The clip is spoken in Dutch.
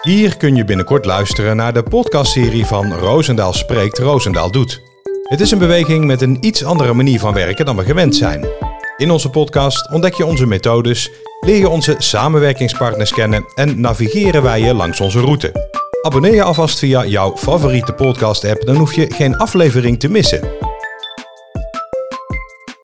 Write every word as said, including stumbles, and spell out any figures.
Hier kun je binnenkort luisteren naar de podcastserie van Roosendaal Spreekt, Roosendaal Doet. Het is een beweging met een iets andere manier van werken dan we gewend zijn. In onze podcast ontdek je onze methodes, leer je onze samenwerkingspartners kennen en navigeren wij je langs onze route. Abonneer je alvast via jouw favoriete podcast-app, dan hoef je geen aflevering te missen.